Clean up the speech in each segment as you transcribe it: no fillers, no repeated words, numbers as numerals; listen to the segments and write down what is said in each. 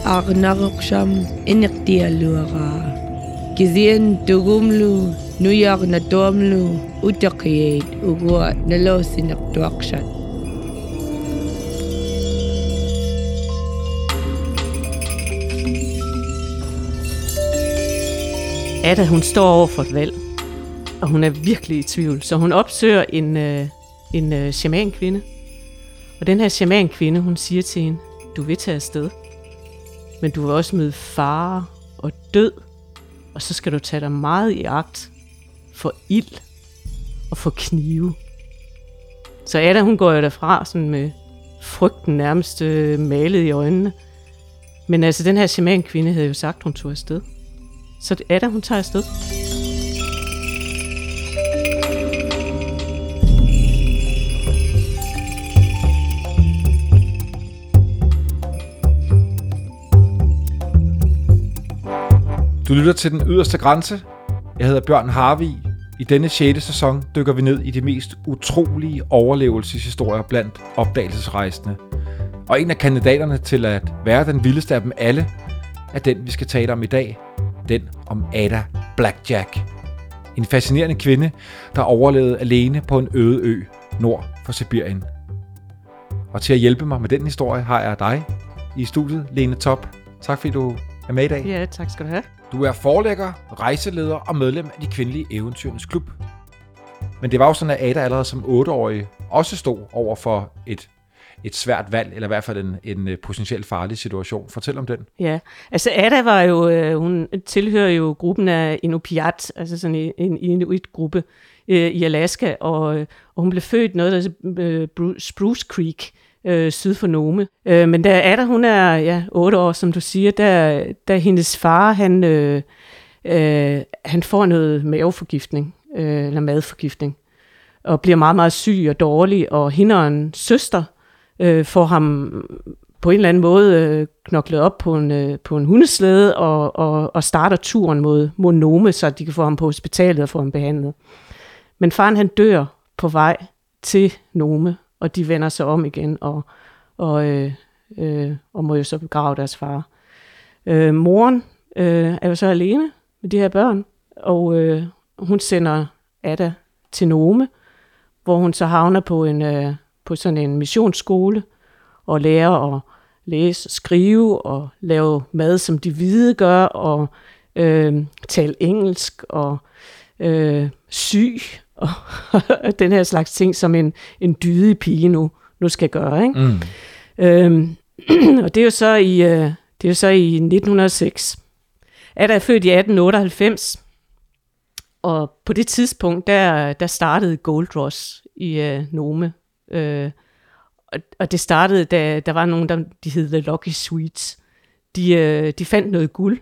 arnaruksham inaktialura. Gizien dugumlu, nuyak na domlu, utakiyet, ugua nalosin aktuakshat. Ada, hun står over for et valg, og hun er virkelig i tvivl, så hun opsøger en shamankvinde. Og den her shamankvinde, hun siger til hende, du vil tage afsted, men du vil også møde fare og død, og så skal du tage dig meget i agt for ild og for knive. Så Ada, hun går jo derfra sådan med frygten nærmest malet i øjnene. Men altså, den her shamankvinde havde jo sagt, hun tog afsted. Så Ada, hun tager afsted. Du lytter til Den Yderste Grænse. Jeg hedder Bjørn Harvig. I denne 6. sæson dykker vi ned i de mest utrolige overlevelseshistorier blandt opdagelsesrejsende. Og en af kandidaterne til at være den vildeste af dem alle, er den, vi skal tale om i dag. Den om Ada Blackjack. En fascinerende kvinde, der overlevede alene på en øde ø nord for Sibirien. Og til at hjælpe mig med den historie har jeg dig i studiet, Lene Top. Tak fordi du er med i dag. Ja, tak skal du have. Du er forlægger, rejseleder og medlem af de kvindelige eventyrenes klub. Men det var jo sådan, at Ada allerede som 8-årig også stod over for et svært valg, eller i hvert fald en potentielt farlig situation. Fortæl om den. Ja, altså Ada var jo, hun tilhører jo gruppen af Inupiat, altså sådan en inuit-gruppe i Alaska, og hun blev født noget, der hedder Spruce Creek, syd for Nome. Men da Ada, hun er 8 år, som du siger, da hendes far, han får noget maveforgiftning, eller madforgiftning, og bliver meget, meget syg og dårlig, og hende og en søster får ham på en eller anden måde knoklet op på en hundeslæde, og starter turen mod Nome, så de kan få ham på hospitalet og få ham behandlet. Men faren, han dør på vej til Nome, og de vender sig om igen, og må jo så begrave deres far. Moren er jo så alene med de her børn, og hun sender Ada til Nome, hvor hun så havner på sådan en missionsskole, og lærer at læse og skrive, og lave mad, som de hvide gør, og tale engelsk, og syg, og den her slags ting, som en dydig pige nu skal gøre, ikke? Og det er jo så i 1906. Ada er født i 1898, og på det tidspunkt, der startede Gold Rush i Nome. Og det startede, da der var nogen, de hed The Lucky Sweets. De fandt noget guld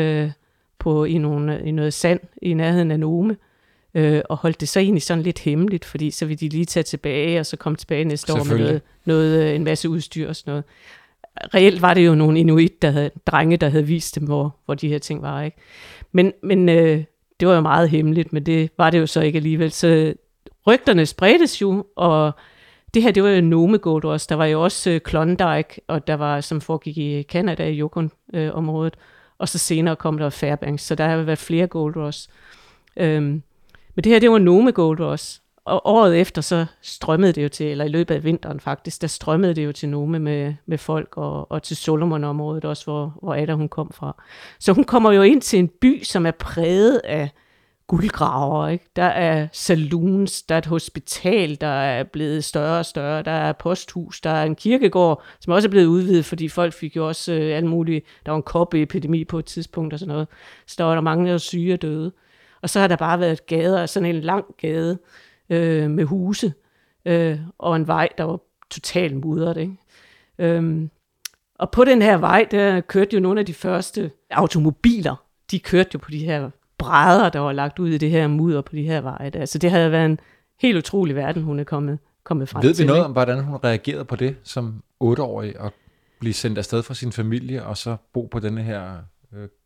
i noget sand i nærheden af Nome, og holdt det så egentlig sådan lidt hemmeligt, fordi så ville de lige tage tilbage, og så komme tilbage næste år med en masse udstyr og sådan noget. Reelt var det jo nogle inuit, drenge, der havde vist dem, hvor de her ting var, ikke? Men det var jo meget hemmeligt, men det var det jo så ikke alligevel. Så rygterne spredtes jo, og det her, det var jo Nome Gold Rush. Der var jo også Klondike, og der var, som foregik i Canada, i Yukon-området, og så senere kom der Fairbanks, så der har været flere Gold Rush. Men det her, det var Nome Gold Rush, og året efter, så strømmede det jo til, eller i løbet af vinteren faktisk, der strømmede det jo til Nome med folk, og til Solomon-området også, hvor Ada hun kom fra. Så hun kommer jo ind til en by, som er præget af guldgraver, ikke? Der er saloons, der er et hospital, der er blevet større og større, der er posthus, der er en kirkegård, som også er blevet udvidet, fordi folk fik jo også alt muligt, der var en koppeepidemi på et tidspunkt og sådan noget, så der var der mange, der var syge og døde. Og så har der bare været gader, sådan en lang gade med huse, og en vej, der var totalt mudret, ikke? Og på den her vej, der kørte jo nogle af de første automobiler, de kørte jo på de her brædder, der var lagt ud i det her mudder på de her veje. Altså det havde været en helt utrolig verden, hun er kommet frem til. Ved vi noget om, hvordan hun reagerede på det som 8-årig, og blive sendt afsted fra sin familie, og så bo på denne her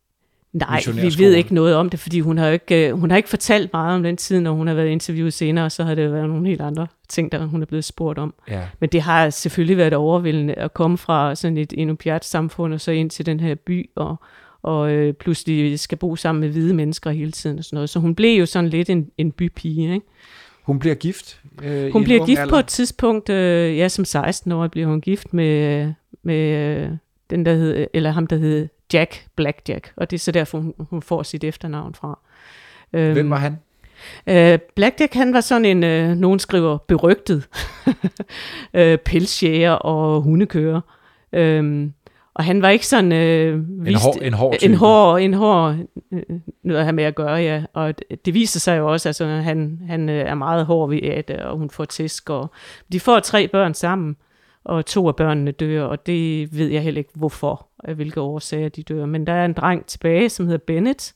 Nej, vi ved ikke noget om det, fordi hun har ikke fortalt meget om den tid, når hun har været interviewet senere, så har det været nogle helt andre ting, der hun er blevet spurgt om. Ja. Men det har selvfølgelig været overvældende at komme fra sådan et Inupiat-samfund og så ind til den her by, og pludselig skal bo sammen med hvide mennesker hele tiden og sådan noget. Så hun blev jo sådan lidt en bypige, ikke? Hun bliver gift? Hun bliver gift på et tidspunkt, som 16-årig bliver hun gift med den, der hed, eller ham, der hed Jack, Blackjack, og det er så derfor, hun får sit efternavn fra. Hvem var han? Blackjack, han var sådan en, nogen skriver, berygtet pelsjæger og hundekører. Og han var ikke sådan en hård type. En hård noget at have med at gøre, ja. Og det viser sig jo også, altså han er meget hård ved det, og hun får tæsk. Og de får 3 børn sammen, og 2 af børnene dør, og det ved jeg heller ikke, hvorfor, af hvilke årsager de dør. Men der er en dreng tilbage, som hedder Bennett.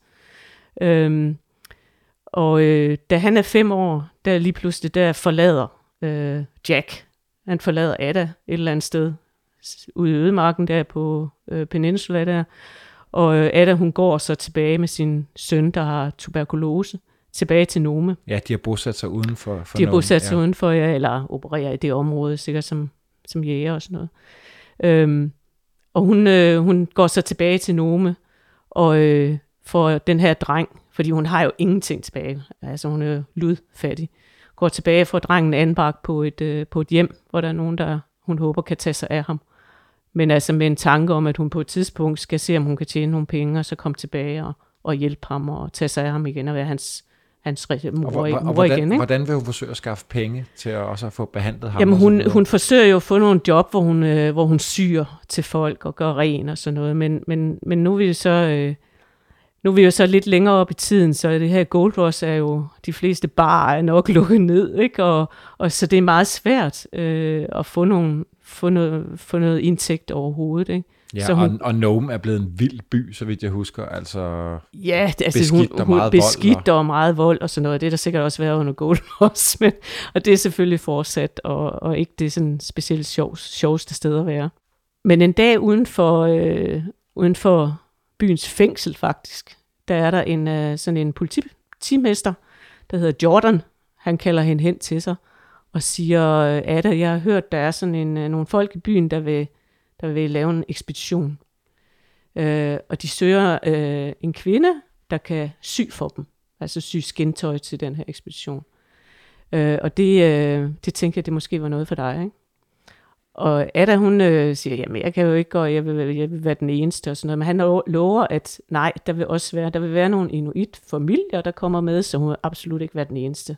Da han er 5 år, der lige pludselig der forlader Jack. Han forlader Ada et eller andet sted, ude i ødemarken der på Peninsula der. Og Ada, hun går så tilbage med sin søn, der har tuberkulose, tilbage til Nome. Ja, de har bosat sig uden for Nome. De har bosat sig udenfor, ja, eller opererer i det område, sikkert som jæger og sådan noget. Og hun går så tilbage til Nome, og får den her dreng, fordi hun har jo ingenting tilbage, altså hun er ludfattig, går tilbage og får drengen anbragt på et hjem, hvor der er nogen, der hun håber kan tage sig af ham. Men altså med en tanke om, at hun på et tidspunkt skal se, om hun kan tjene nogle penge, og så komme tilbage og hjælpe ham og tage sig af ham igen og være hans mor igen. Ikke? Hvordan vil hun forsøge at skaffe penge til at også få behandlet ham? Jamen hun forsøger jo at få nogle job, hvor hun syr til folk og gør ren og sådan noget. Men nu er vi jo så lidt længere op i tiden, så det her Gold Rush er jo, de fleste barer er nok lukket ned, ikke? Og så det er meget svært at få noget indtægt overhovedet, ikke? Ja, så og Nome er blevet en vild by, så vidt jeg husker, altså ja, beskidt og meget vold og sådan noget. Det er der sikkert også været under Gold Rush, og det er selvfølgelig fortsat, og ikke det sådan specielt sjoveste sted at være. Men en dag uden for byens fængsel faktisk, der er der sådan en politimester, der hedder Jordan. Han kalder hende hen til sig og siger, Ada, jeg har hørt, der er sådan nogle folk i byen, der vil lave en ekspedition. Og de søger en kvinde, der kan sy for dem, altså sy skintøj til den her ekspedition. Og det tænker jeg, det måske var noget for dig, ikke? Og Ada, hun siger, jamen jeg kan jo ikke, og jeg vil være den eneste og sådan noget, men han lover, at nej, der vil være nogle inuit-familier, der kommer med, så hun vil absolut ikke være den eneste.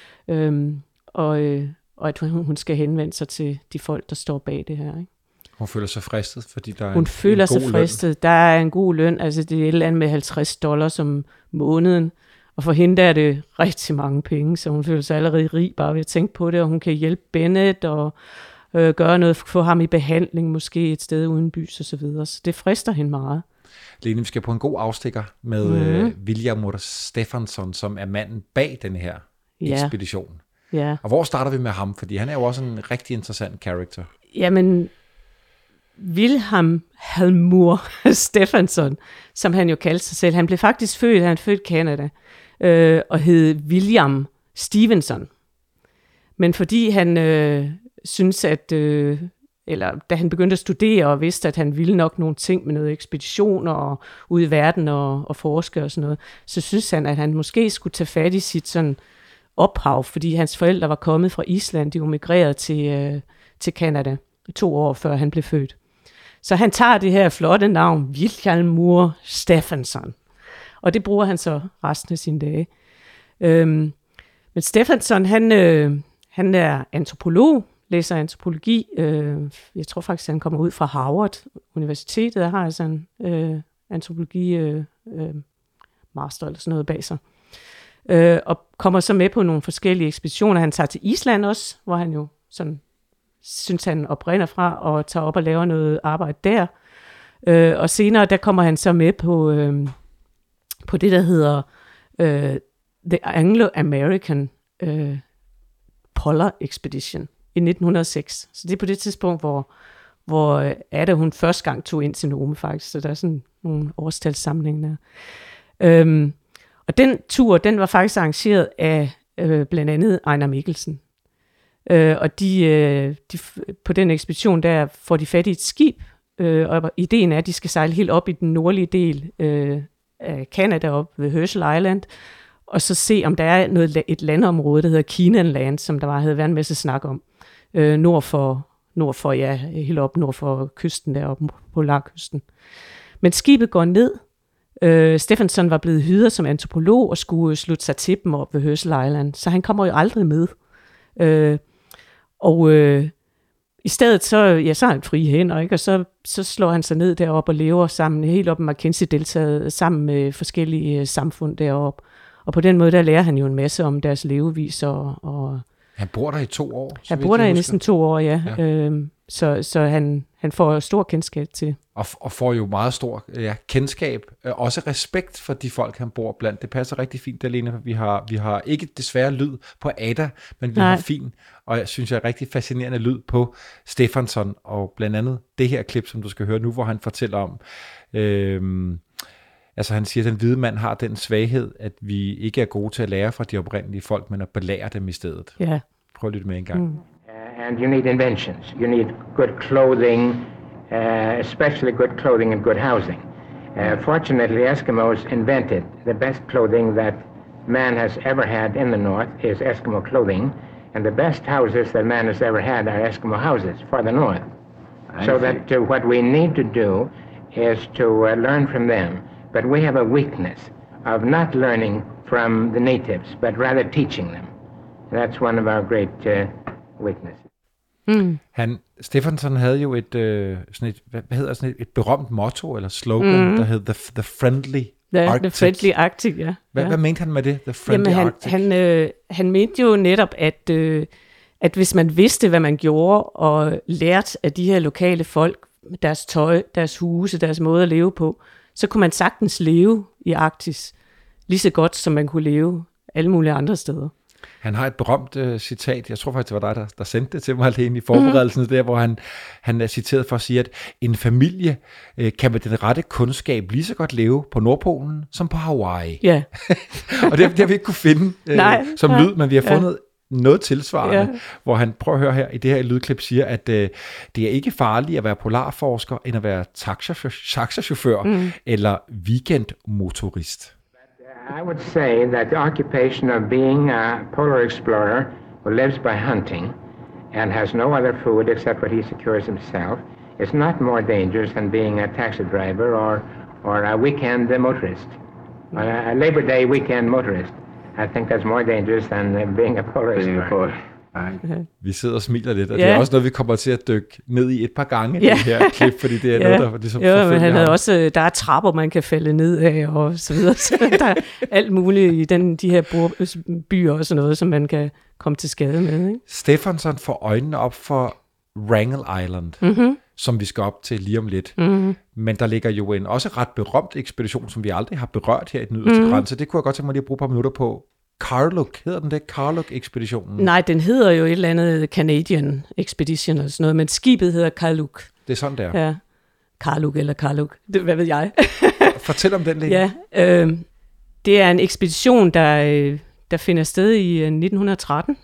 Og at hun skal henvende sig til de folk, der står bag det her, ikke? Hun føler sig fristet, fordi der er hun føler sig fristet. Der er en god løn, altså det er et eller andet med $50 om måneden, og for hende der er det rigtig mange penge, så hun føler sig allerede rig bare ved at tænke på det, og hun kan hjælpe Bennett og gøre noget, få ham i behandling, måske et sted uden bys og så videre. Så det frister hende meget. Lene, vi skal på en god afstikker med William Stefansson, som er manden bag den her ekspedition. Ja. Og hvor starter vi med ham? Fordi han er jo også en rigtig interessant karakter. Jamen, William Halmur Stefansson, som han jo kaldte sig selv, han blev faktisk født i Canada, og hed William Stevenson. Men fordi han synes, at eller da han begyndte at studere og vidste, at han ville nok nogle ting med noget ekspeditioner og ude i verden og forske og sådan noget, så synes han, at han måske skulle tage fat i sit sådan ophav, fordi hans forældre var kommet fra Island, de emigrerede til Canada 2 år før han blev født. Så han tager det her flotte navn, William Stefansson, og det bruger han så resten af sine dage. Men Stefansson, han er antropolog, læser antropologi. Jeg tror faktisk, han kommer ud fra Harvard Universitetet, der har altså en antropologi master eller sådan noget bag sig. Og kommer så med på nogle forskellige ekspeditioner. Han tager til Island også, hvor han jo sådan synes han oprinder fra, og tager op og laver noget arbejde der. Og senere, der kommer han så med på det, der hedder The Anglo-American Polar Expedition i 1906. Så det er på det tidspunkt, hvor Ada hun første gang tog ind til Nome faktisk. Så der er sådan nogle årstalssamlinger. Og den tur, den var faktisk arrangeret af blandt andet Ejnar Mikkelsen. Og de på den ekspedition, der får de fat i et skib, og ideen er, at de skal sejle helt op i den nordlige del af Canada, op ved Herschel Island, og så se, om der er et landområde, der hedder Keenan Land, som der havde været en masse snak om, nord for, helt op nord for kysten deroppe, på Polarkysten. Men skibet går ned. Stephenson var blevet hyret som antropolog og skulle slutte sig til dem op ved Herschel Island, så han kommer jo aldrig med. I stedet så har han frie hænder, ikke? Og så slår han sig ned deroppe og lever sammen, helt op med Mackenzie-deltaget, sammen med forskellige samfund deroppe. Og på den måde, der lærer han jo en masse om deres levevis. Og han bor der i 2 år? Han bor der i næsten 2 år, ja. Så han får stor kendskab til. Og får jo meget stor kendskab, også respekt for de folk, han bor blandt. Det passer rigtig fint, Alene. Vi har ikke desværre lyd på Ada, men vi har fin, og jeg synes, rigtig fascinerende lyd på Stephenson, og blandt andet det her klip, som du skal høre nu, hvor han fortæller om, han siger, at den hvide mand har den svaghed, at vi ikke er gode til at lære fra de oprindelige folk, men at belære dem i stedet. Ja. Prøv at lytte med en gang. And you need inventions. You need good clothing, especially good clothing and good housing. Fortunately, Eskimos invented the best clothing that man has ever had in the North is Eskimo clothing, and the best houses that man has ever had are Eskimo houses for the North. So that what we need to do is to learn from them, but we have a weakness of not learning from the natives, but rather teaching them. That's one of our great weaknesses. Stephenson havde jo et berømt motto eller slogan, der hed The Friendly Arctic. The Friendly Arctic, ja. Hvad mente han med det? The Friendly Arctic? Han mente jo netop, at hvis man vidste, hvad man gjorde, og lærte af de her lokale folk, deres tøj, deres huse, deres måde at leve på, så kunne man sagtens leve i Arktis lige så godt, som man kunne leve alle mulige andre steder. Han har et berømt citat, jeg tror faktisk, det var dig, der sendte det til mig alene i forberedelsen, der, hvor han er citeret for at sige, at en familie kan med den rette kundskab lige så godt leve på Nordpolen som på Hawaii. Ja. Og det har vi ikke kunne finde som lyd, men vi har fundet noget tilsvarende, hvor han, prøv at høre her, i det her lydklip siger, at det er ikke farligt at være polarforsker, end at være taxachauffør eller weekendmotorist. I would say that the occupation of being a polar explorer who lives by hunting and has no other food except what he secures himself is not more dangerous than being a taxi driver or a weekend motorist. A Labor Day weekend motorist. I think that's more dangerous than being a polar explorer. Vi sidder og smiler lidt, og det er også noget, vi kommer til at dykke ned i et par gange i det her klip, fordi det er noget, der ligesom forfølger men han havde også, der er trapper, man kan falde ned af, og så videre, så der er alt muligt i de her byer og sådan noget, som man kan komme til skade med. Ikke? Stephenson får øjnene op for Wrangel Island, som vi skal op til lige om lidt. Men der ligger jo en også ret berømt ekspedition, som vi aldrig har berørt her i den yderste grænse. Det kunne jeg godt tænke mig lige at bruge et par minutter på. Karluk, hedder den det? Karluk-ekspeditionen? Nej, den hedder jo et eller andet Canadian Expedition eller sådan noget, men skibet hedder Karluk. Det er sådan, der. Ja, Karluk eller Karluk. Hvad ved jeg? Fortæl om den lidt. Ja, det er en ekspedition, der finder sted i 1913,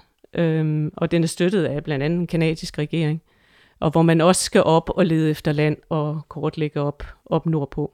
og den er støttet af blandt andet en kanadisk regering, og hvor man også skal op og lede efter land og kortlægge op nordpå.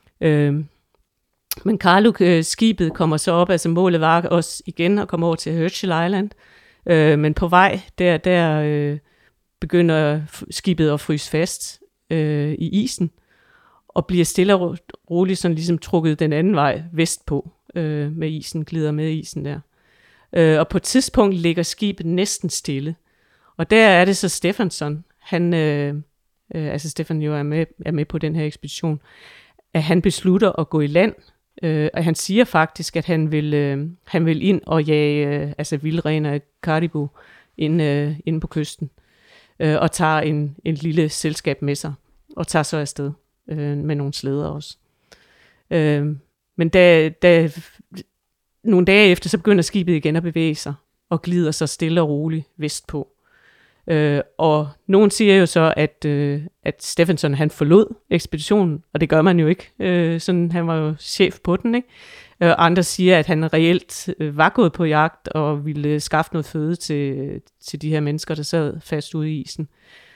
Men Karluk-skibet kommer så op, altså målet var også igen at komme over til Herschel Island, men på vej der begynder skibet at fryse fast i isen, og bliver stille og roligt sådan ligesom trukket den anden vej vestpå med isen, glider med isen der. Og på et tidspunkt ligger skibet næsten stille, og der er det så Stephenson, altså Stephen jo er med på den her ekspedition, at han beslutter at gå i land. Og han siger faktisk, at han vil ind og jage vildrener af Caribou inde på kysten, og tager en lille selskab med sig, og tager så afsted med nogle slæder også. Men da nogle dage efter, så begynder skibet igen at bevæge sig, og glider så stille og roligt vestpå. Og nogen siger jo så, at Stephenson han forlod ekspeditionen, og det gør man jo ikke. Sådan, han var jo chef på den, ikke? Andre siger, at han reelt var gået på jagt og ville skaffe noget føde til de her mennesker, der sad fast ude i isen.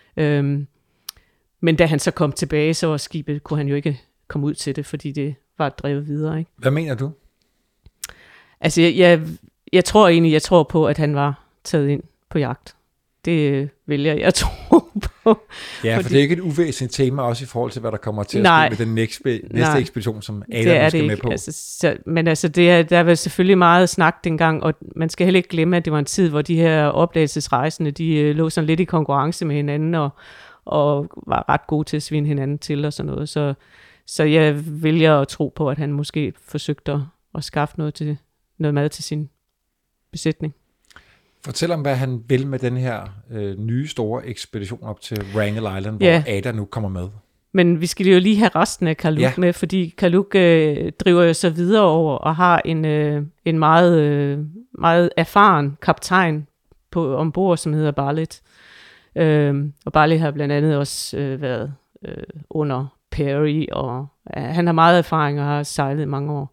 Men da han så kom tilbage, så var skibet, kunne han jo ikke komme ud til det, fordi det var drevet videre. Ikke? Hvad mener du? Altså, jeg tror på, at han var taget ind på jagt. Det vælger jeg tro på. Ja, for det er ikke et uvæsentligt tema, også i forhold til, hvad der kommer til at ske med den næste ekspedition, som Adam skal med på. Altså, men altså, der var selvfølgelig meget snak dengang, og man skal heller ikke glemme, at det var en tid, hvor de her opdagelsesrejsende, de lå sådan lidt i konkurrence med hinanden, og var ret gode til at svine hinanden til og sådan noget. Så jeg vælger at tro på, at han måske forsøgte at skaffe noget mad til sin besætning. Fortæl om, hvad han vil med den her nye store ekspedition op til Wrangel Island, hvor Ada nu kommer med. Men vi skal jo lige have resten af Kaluk med, fordi Kaluk driver jo så videre over og har en meget, meget erfaren kaptajn ombord, som hedder Bartlett. Og Bartlett har blandt andet også været under Perry, og han har meget erfaring og har sejlet i mange år.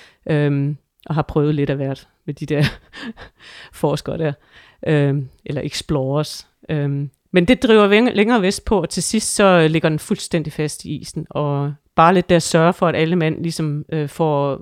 Og har prøvet lidt af hvert med de der forskere der, eller explorers. Men det driver længere vestpå, og til sidst så ligger den fuldstændig fast i isen, og bare lidt der sørger for, at alle mænd ligesom får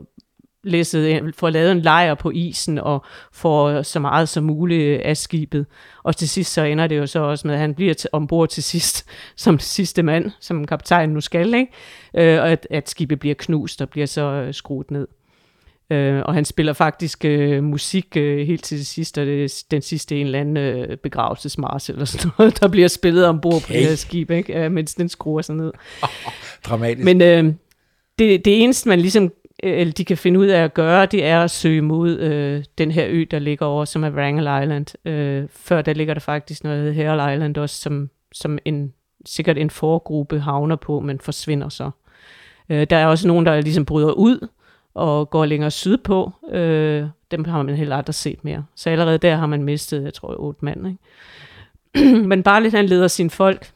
lavet en lejr på isen, og får så meget som muligt af skibet. Og til sidst så ender det jo så også med, at han bliver ombord til sidst, som sidste mand, som kaptajnen nu skal, ikke? Og at skibet bliver knust, og bliver så skruet ned. Og han spiller faktisk musik helt til det sidste, og det er den sidste en eller anden begravelsesmarch eller sådan noget, der bliver spillet ombord på det her skib, ikke? Mens den skruer sig ned. Dramatisk. Men det eneste, man ligesom de kan finde ud af at gøre, det er at søge mod den her ø, der ligger over, som er Wrangel Island. Før der ligger der faktisk noget Herald Island også, som sikkert en forgruppe havner på, men forsvinder så. Der er også nogen, der ligesom bryder ud, og går længere sydpå. Dem har man heller aldrig set mere. Så allerede der har man mistet, jeg tror, 8 mand. Ikke? Men Bartlett, han leder sine folk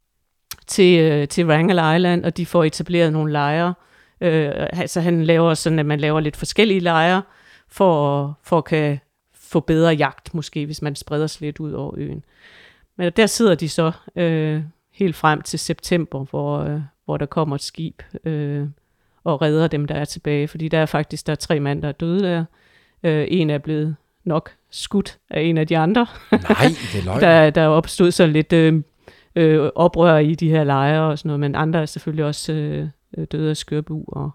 til Wrangel Island, og de får etableret nogle lejre. Altså han laver sådan, at man laver lidt forskellige lejre, for at kan få bedre jagt, måske, hvis man spreder sig lidt ud over øen. Men der sidder de så helt frem til september, hvor der kommer et skib, og redder dem, der er tilbage. Fordi der er 3 mænd, der er døde der. En er blevet nok skudt af en af de andre. Nej, det er løgn. Der opstod så lidt oprør i de her lejre og sådan noget, men andre er selvfølgelig også døde af skørbu. Og,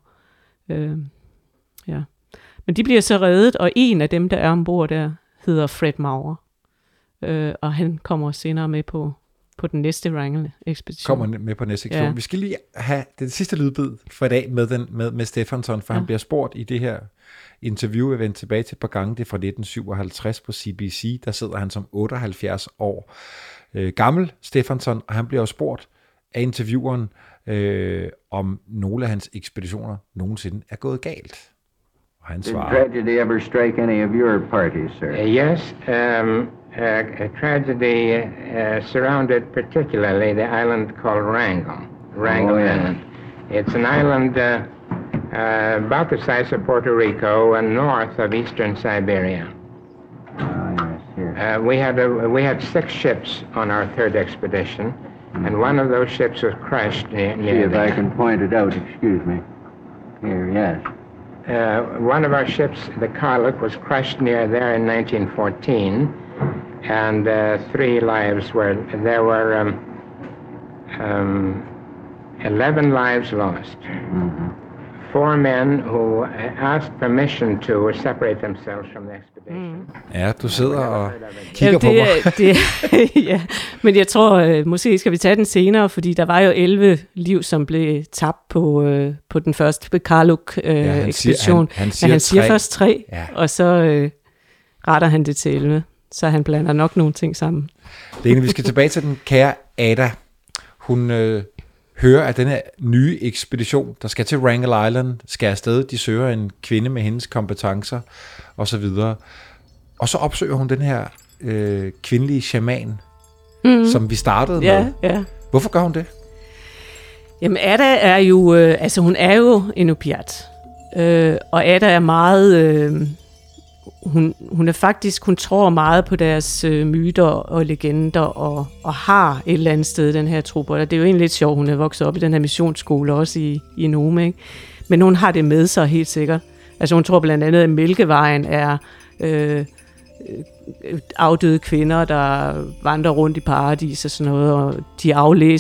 ja. Men de bliver så reddet, og en af dem, der er ombord der, hedder Fred Maurer. Og han kommer senere med på den næste Wrangel-ekspedition. Kommer med på næste ekspedition. Ja. Vi skal lige have det sidste lydbid for i dag med Stephenson, for han bliver spurgt i det her interview, jeg vendte tilbage til et par gange, det er fra 1957 på CBC, der sidder han som 78 år gammel, Stephenson, og han bliver også spurgt af intervieweren, om nogle af hans ekspeditioner nogensinde er gået galt. Og han svarer... Did tragedy ever strike any of your parties, sir? Yes, a tragedy surrounded particularly the island called Wrangel Island. It's an island about the size of Puerto Rico and north of eastern Siberia. We had 6 ships on our 3rd expedition, and one of those ships was crashed near See if I can point it out, excuse me. Here, yes. One of our ships, the Carlock, was crushed near there in 1914, and 3 lives were... There were 11 lives lost. Mm-hmm. 4 men who asked permission to separate themselves from the expedition. Ja, du sidder og kigger på mig. Ja, men jeg tror, måske skal vi tage den senere, fordi der var jo 11 liv, som blev tabt på den første Carlock-ekspedition. Han siger først 3, ja. Og så retter han det til 11. Så han blander nok nogle ting sammen. Det ene, vi skal tilbage til den kære Ada. Hun hører, at den her nye ekspedition, der skal til Wrangel Island, skal afsted. De søger en kvinde med hendes kompetencer og så videre. Og så opsøger hun den her kvindelige shaman, som vi startede Ja, med. ja. Hvorfor gør hun det? Jamen, Ada er jo, hun er jo en opiat. Og Ada er meget, hun er faktisk, hun tror meget på deres myter og legender, og har et eller andet sted den her tro på det. Det er jo egentlig lidt sjovt, hun er vokset op i den her missionsskole, også i Nome, ikke? Men hun har det med sig helt sikkert. Altså hun tror blandt andet, at Mælkevejen er afdøde kvinder, der vandrer rundt i paradis og sådan noget, og de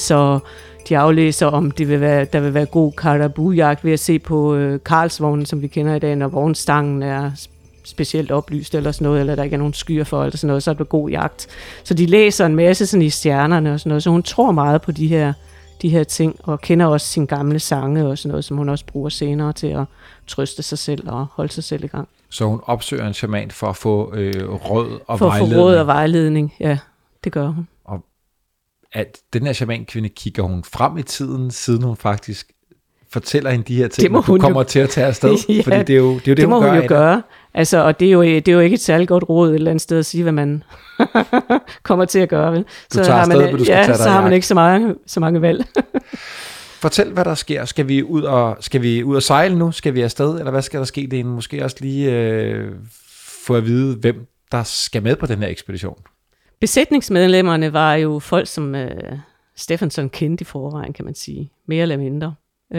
aflæser om der vil være god karabujagt ved at se på Karlsvognen, som vi kender i dag, når vognstangen er specielt oplyst eller sådan noget, eller der ikke er nogen skyer for, eller sådan noget, så er det god jagt. Så de læser en masse sådan i stjernerne og sådan noget, så hun tror meget på de her ting, og kender også sine gamle sange og sådan noget, som hun også bruger senere til at trøste sig selv og holde sig selv i gang. Så hun opsøger en shaman for at få råd og vejledning? For at få råd og vejledning, ja, det gør hun. Og at den her shamankvinde, kigger hun frem i tiden, siden hun faktisk fortæller hende de her ting, og du kommer til at tage afsted? Ja, fordi det er jo det, må hun jo gør. gøre. Altså, og det er jo ikke et særligt godt råd et eller andet sted at sige, hvad man kommer til at gøre. Vel? Så tager afsted, men du skal tage dig så har man ikke så mange valg. Fortæl, hvad der sker. Skal vi ud og sejle nu? Skal vi afsted? Eller hvad skal der ske? Det er måske også lige få at vide, hvem der skal med på den her ekspedition. Besætningsmedlemmerne var jo folk, som Stephenson kendte i forvejen, kan man sige. Mere eller mindre.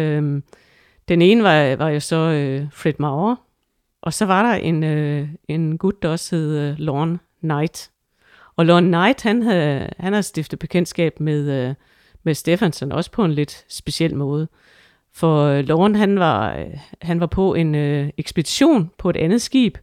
Den ene var jo så Fred Maurer, og så var der en gut, der også hed Lorne Knight. Og Lorne Knight, han havde stiftet bekendtskab med Stephenson, også på en lidt speciel måde. For Lorne, han var på en ekspedition på et andet skib,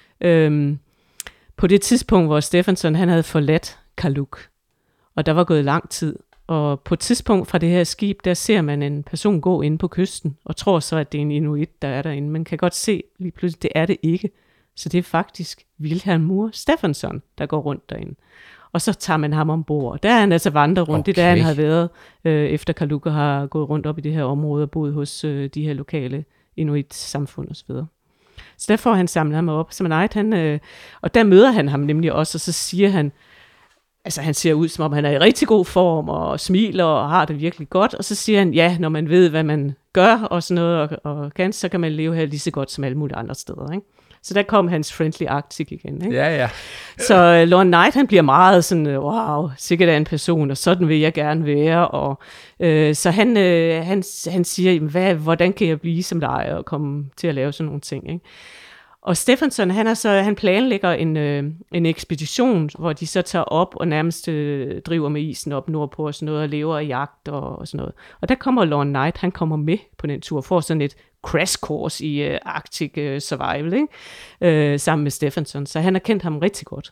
på det tidspunkt, hvor Stephenson han havde forladt Kaluk. Og der var gået lang tid. Og på et tidspunkt fra det her skib, der ser man en person gå inde på kysten, og tror så, at det er en inuit, der er derinde. Man kan godt se lige pludselig, det er det ikke. Så det er faktisk Vilhelm Stephenson, der går rundt derinde. Og så tager man ham ombord. Og der er han altså vandret rundt. Okay. Det er der, han havde været, efter Kaluk har gået rundt op i det her område og boet hos de her lokale inuit-samfund osv. Så der får han samlet ham op. Som Knight, og der møder han ham nemlig også, og så siger han, altså han ser ud, som om han er i rigtig god form, og smiler, og har det virkelig godt. Og så siger han, ja, når man ved, hvad man gør, og sådan noget, og kan, så kan man leve her lige så godt som alle mulige andre steder, ikke? Så der kom hans friendly Arctic igen, ikke? Ja, ja. Så Lorne Knight, han bliver meget sådan, wow, sikkert er en person, og sådan vil jeg gerne være. Og, så han siger, jamen, hvordan kan jeg blive som dig, og komme til at lave sådan nogle ting, ikke? Og Stephenson, han planlægger en ekspedition, hvor de så tager op og nærmest driver med isen op nordpå og sådan noget, og lever af jagt og sådan noget. Og der kommer Lorne Knight, han kommer med på den tur, får sådan et crash course i Arctic Survival, ikke? Sammen med Stephenson. Så han har kendt ham rigtig godt.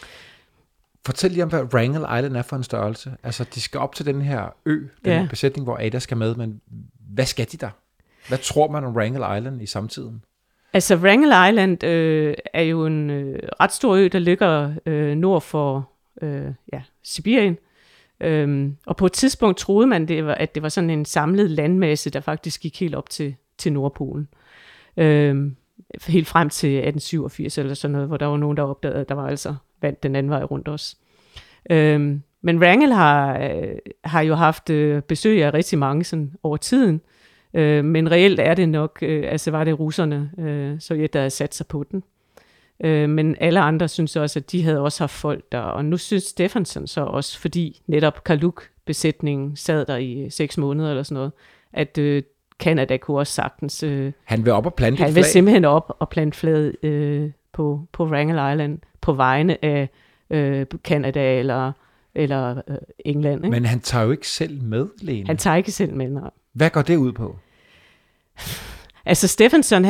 Fortæl lige om, hvad Wrangel Island er for en størrelse. Altså, de skal op til den her den besætning, hvor Ada skal med, men hvad skal de der? Hvad tror man om Wrangel Island i samtiden? Altså, Wrangel Island er jo en ret stor ø, der ligger nord for Sibirien. Og på et tidspunkt troede man, at det var sådan en samlet landmasse, der faktisk gik helt op til Nordpolen. Helt frem til 1887 eller sådan noget, hvor der var nogen, der opdagede, at der var altså vand den anden vej rundt os. Men Wrangel har jo haft besøg af rigtig mange sådan over tiden. Men reelt er det nok, var det russerne, Sovjet, der havde sat sig på den. Men alle andre synes også, at de havde også haft folk der, og nu synes Stephenson så også, fordi netop Kaluk-besætningen sad der i 6 måneder eller sådan noget, at Canada kunne også sagtens... han vil op og plante et flag? Han vil simpelthen op og plante flaget på Wrangel Island på vegne af Canada eller England. Ikke? Men han tager jo ikke selv med, Lene. Han tager ikke selv med, nej. Hvad går det ud på? Altså Stephenson,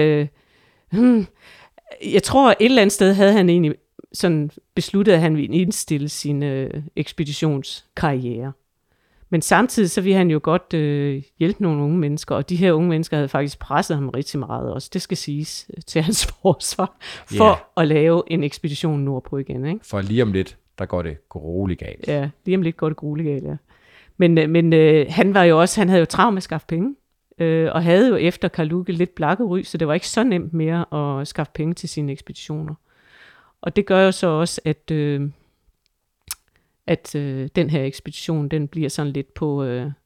jeg tror et eller andet sted havde han egentlig sådan besluttet, at han ville indstille sin ekspeditionskarriere. Men samtidig så ville han jo godt hjælpe nogle unge mennesker, og de her unge mennesker havde faktisk presset ham rigtig meget også. Det skal siges til hans forsvar, for at lave en ekspedition nordpå igen. Ikke? For lige om lidt, der går det grueligt galt. Ja, lige om lidt går det grueligt galt, ja. Men han havde jo travlt med at skaffe penge, og havde jo efter Kaluk lidt blakke ry, så det var ikke så nemt mere at skaffe penge til sine ekspeditioner. Og det gør jo så også, at den her ekspedition, den bliver sådan lidt på,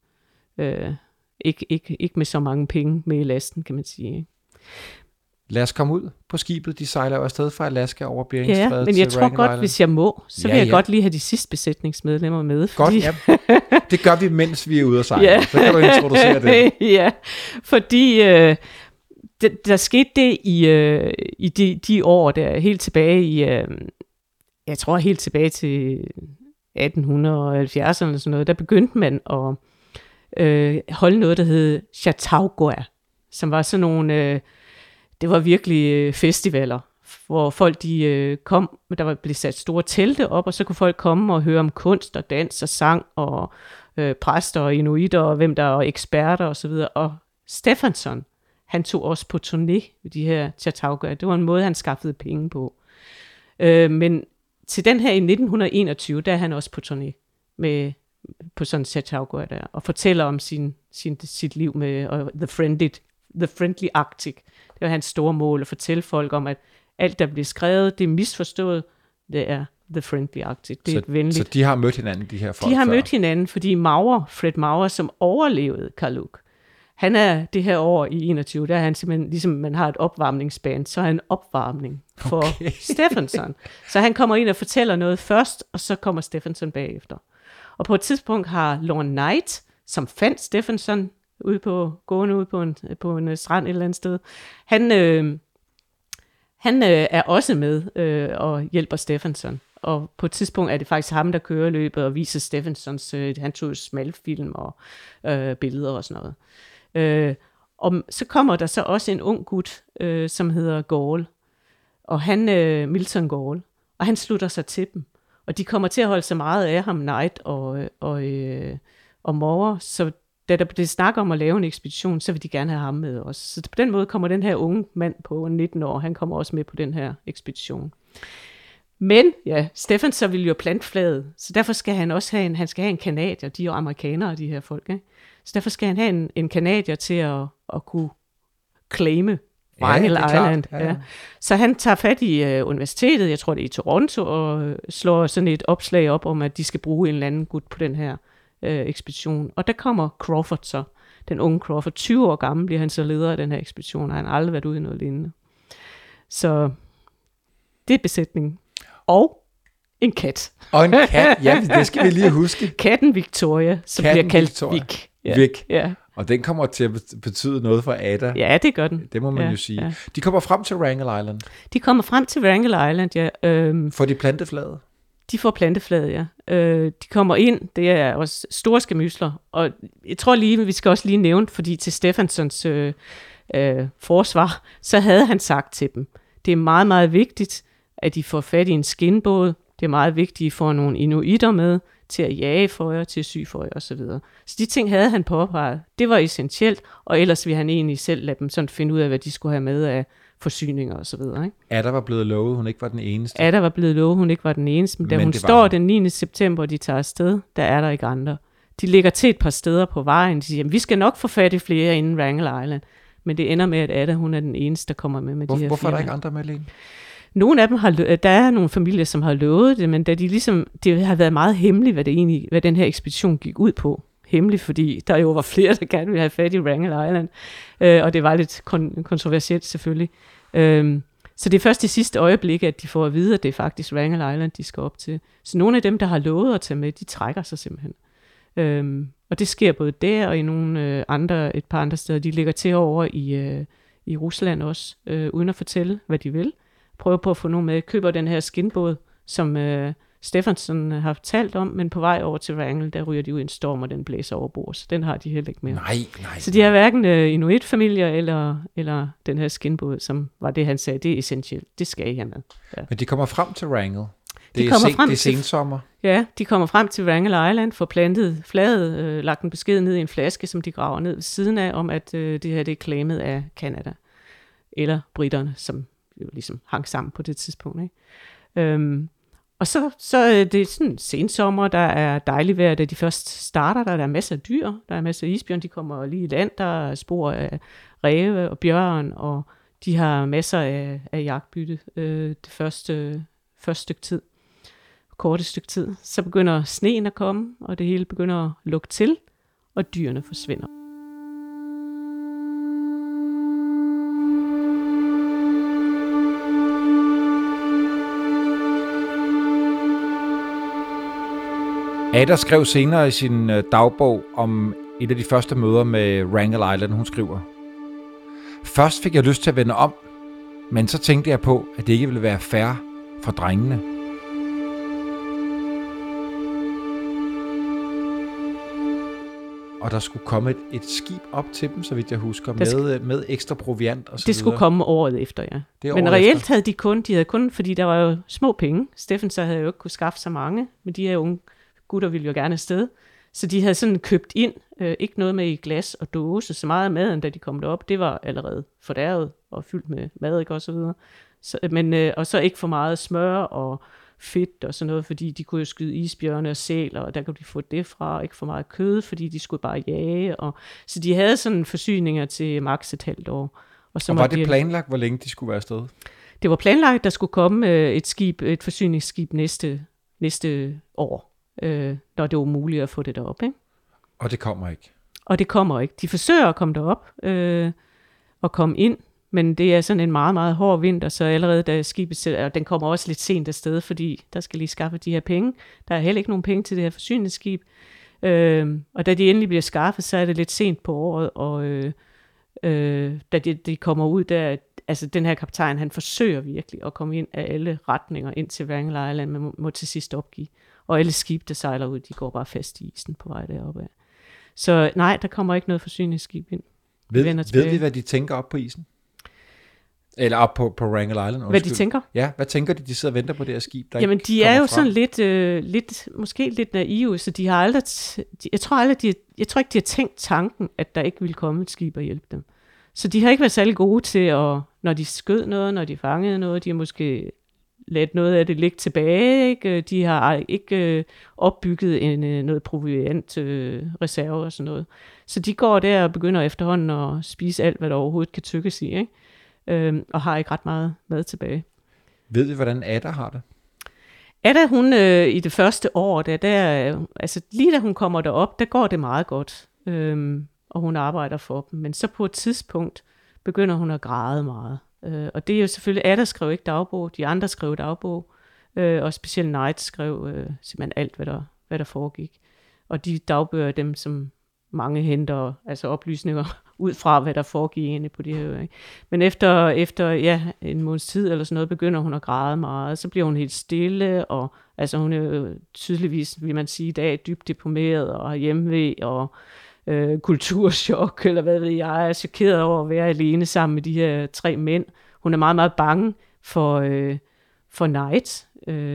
ikke med så mange penge med i lasten, kan man sige. Ikke? Lad os komme ud på skibet. De sejler jo afsted fra Alaska over Beringstrædet til men jeg tror Wrangel godt, Island. hvis jeg må, så vil jeg godt lige have de sidste besætningsmedlemmer med. Godt, ja. Det gør vi, mens vi er ude at sejle. Ja. Så kan du introducere det. Ja, fordi der skete det i de år, der helt tilbage i, jeg tror helt tilbage til 1870'erne eller sådan noget, der begyndte man at holde noget, der hed Chautauqua, som var sådan nogle, det var virkelig festivaler, hvor folk de kom, der blev sat store telte op, og så kunne folk komme og høre om kunst og dans og sang og præster og inuitter og hvem der er eksperter og så videre. Og Stephenson, han tog også på turné ved de her Chautauqua. Det var en måde, han skaffede penge på. Men til den her i 1921, der er han også på turné på sådan en Chautauqua der, og fortæller om sit liv med The Friendly Arctic. Det var hans store mål, at fortælle folk om, at alt, der bliver skrevet, det er misforstået. Det er The Friendly Arctic. Det er et venligt. Så de har mødt hinanden, de her folk? De har mødt hinanden, fordi Fred Maurer, som overlevede Kaluk, han er det her år i 21, der er han simpelthen, ligesom man har et opvarmningsband, så er han opvarmning for Stephenson. Så han kommer ind og fortæller noget først, og så kommer Stephenson bagefter. Og på et tidspunkt har Lorne Knight, som fandt Stephenson gående ude på en strand et eller andet sted, han er også med og hjælper Stephenson. Og på et tidspunkt er det faktisk ham, der kører løbet og viser Stephensons, han tog smalfilm og billeder og sådan noget. Og så kommer der så også en ung gut, som hedder Gall, og Milton Gall, og han slutter sig til dem. Og de kommer til at holde sig meget af ham, Knight og Maurer, så da der blev snak om at lave en ekspedition, så vil de gerne have ham med også. Så på den måde kommer den her unge mand på 19 år, han kommer også med på den her ekspedition. Men ja, Stephenson vil jo plante flaget, så derfor skal han også have en kanadier, de er jo amerikanere, de her folk, ikke? Så derfor skal han have en kanadier til at kunne claime Wrangel Island. Ja. Så han tager fat i universitetet, jeg tror det er i Toronto, og slår sådan et opslag op om, at de skal bruge en eller anden gut på den her ekspedition. Og der kommer Crawford så, den unge Crawford, 20 år gammel bliver han så leder af den her ekspedition, og han har aldrig været ude i noget lignende. Så det er besætningen. Og en kat. Og en kat, ja, det skal vi lige huske. Katten Victoria, som bliver kaldt Vic. Ja. Vic. Ja. Og den kommer til at betyde noget for Ada. Ja, det gør den. Det må man jo sige. Ja. De kommer frem til Wrangel Island. De kommer frem til Wrangel Island, ja. Får de planteflaget? De får planteflaget, ja. De kommer ind, det er også store skamysler. Og jeg tror lige, vi skal også lige nævne, fordi til Stephensons forsvar, så havde han sagt til dem, det er meget, meget vigtigt, at de får fat i en skinbåd. Det er meget vigtigt, at I får nogle inuitter med til at jage for jer, til at sy for jer osv. Så de ting havde han påpeget. Det var essentielt, og ellers ville han egentlig selv lade dem sådan finde ud af, hvad de skulle have med af forsyninger osv. Ada var blevet lovet, hun ikke var den eneste. Ada var blevet lovet, hun ikke var den eneste, men da hun står den 9. september, og de tager afsted, der er der ikke andre. De ligger til et par steder på vejen. De siger, vi skal nok få fat i flere inden Wrangel Island. Men det ender med, at Ada, hun er den eneste, der kommer med de her. Hvorfor er der ikke andre med, Lene? Nogle af dem der er nogle familier, som har lovet det, men da det har været meget hemmeligt, hvad den her ekspedition gik ud på. Hemmeligt, fordi der jo var flere, der gerne ville have fat i Wrangel Island, og det var lidt kontroversielt selvfølgelig. Så det er først i sidste øjeblik, at de får at vide, at det er faktisk Wrangel Island, de skal op til. Så nogle af dem, der har lovet at tage med, de trækker sig simpelthen. Og det sker både der og i et par andre steder. De ligger til over i Rusland også, uden at fortælle, hvad de vil. Prøver på at få nogen med. Køber den her skinbåd, som Stephenson har talt om, men på vej over til Wrangel, der ryger de ud i en storm, og den blæser over bord. Så den har de heller ikke mere. Nej. Så de har hverken inuit-familier eller den her skinbåd, som var det, han sagde, det er essentielt. Det skal I have med. Ja. Men de kommer frem til Wrangel. Det er sensommer. Ja, de kommer frem til Wrangel Island, får plantet flaget, lagt en besked ned i en flaske, som de graver ned ved siden af, om at det her det er claimet af Canada. Eller britterne, som jo ligesom hang sammen på det tidspunkt. Ikke? Og så det er sådan sensommer, der er dejligt vejr, da de først starter, der er masser af dyr, der er masser af isbjørn, de kommer lige i land, der er spor af ræve og bjørn, og de har masser af jagtbytte det første stykke tid. korte stykke tid. Så begynder sneen at komme, og det hele begynder at lukke til, og dyrene forsvinder. Ada skrev senere i sin dagbog om et af de første møder med Wrangel Island. Hun skriver: "Først fik jeg lyst til at vende om, men så tænkte jeg på, at det ikke ville være fair for drengene. Og der skulle komme et skib op til dem, så vidt jeg husker, med ekstra proviant og så det skulle komme året efter, ja. Men reelt havde de havde kun, fordi der var jo små penge. Steffen så havde jo ikke kunne skaffe så mange, men de her unge gutter ville jo gerne afsted. Så de havde sådan købt ind, ikke noget med i glas og dåse, så meget af maden, da de kom derop, det var allerede fordærvet og fyldt med mad, ikke, og så videre. Og så ikke for meget smør og fedt og sådan noget, fordi de kunne jo skyde isbjørne og sæler, og der kunne de få det fra, ikke for meget kød, fordi de skulle bare jage. Så de havde sådan forsyninger til maks et halvt år. Og var det planlagt, hvor længe de skulle være afsted? Det var planlagt, at der skulle komme et forsyningsskib næste år, når det var muligt at få det derop, ikke? Og det kommer ikke? Og det kommer ikke. De forsøger at komme derop og komme ind, men det er sådan en meget, meget hård vinter, så allerede da skibet, og den kommer også lidt sent afsted, fordi der skal lige skaffe de her penge. Der er heller ikke nogen penge til det her forsyningsskib. Og da de endelig bliver skaffet, så er det lidt sent på året, og da de kommer ud der, altså den her kaptajn, han forsøger virkelig at komme ind af alle retninger ind til Wrangel Island, men må til sidst opgive. Og alle skibe, der sejler ud, de går bare fast i isen på vej deroppe af. Så nej, der kommer ikke noget forsyningsskib ind. Ved vi, hvad de tænker op på isen? Eller op på Wrangel Island? Hvad de tænker? Ja, hvad tænker de? De sidder og venter på det her skib, der Jamen, ikke de er jo frem. sådan måske lidt naive, så de har aldrig, jeg tror ikke, de har tænkt tanken, at der ikke ville komme et skib og hjælpe dem. Så de har ikke været særlig gode til at, når de skød noget, når de fangede noget, de har måske ladt noget af det ligge tilbage, ikke? De har ikke opbygget noget proviant reserve og sådan noget. Så de går der og begynder efterhånden at spise alt, hvad der overhovedet kan tykkes i, ikke? Og har ikke ret meget mad tilbage. Ved vi, hvordan Ada har det? Ada, hun i det første år, altså lige da hun kommer derop, der går det meget godt, og hun arbejder for dem. Men så på et tidspunkt begynder hun at græde meget. Og det er jo selvfølgelig, Ada skrev ikke dagbog, de andre skrev dagbog, og specielt Knight skrev simpelthen alt, hvad der foregik. Og de dagbøger er dem, som mange henter, altså oplysninger ud fra, hvad der foregik inde på de her øer. Ikke? Men efter en måneds tid eller sådan noget, begynder hun at græde meget, så bliver hun helt stille, og altså hun er jo tydeligvis, vil man sige i dag, dybt deprimeret og har hjemve og kulturschok, eller hvad ved jeg, er chokeret over at være alene sammen med de her 3 mænd. Hun er meget, meget bange for Knight,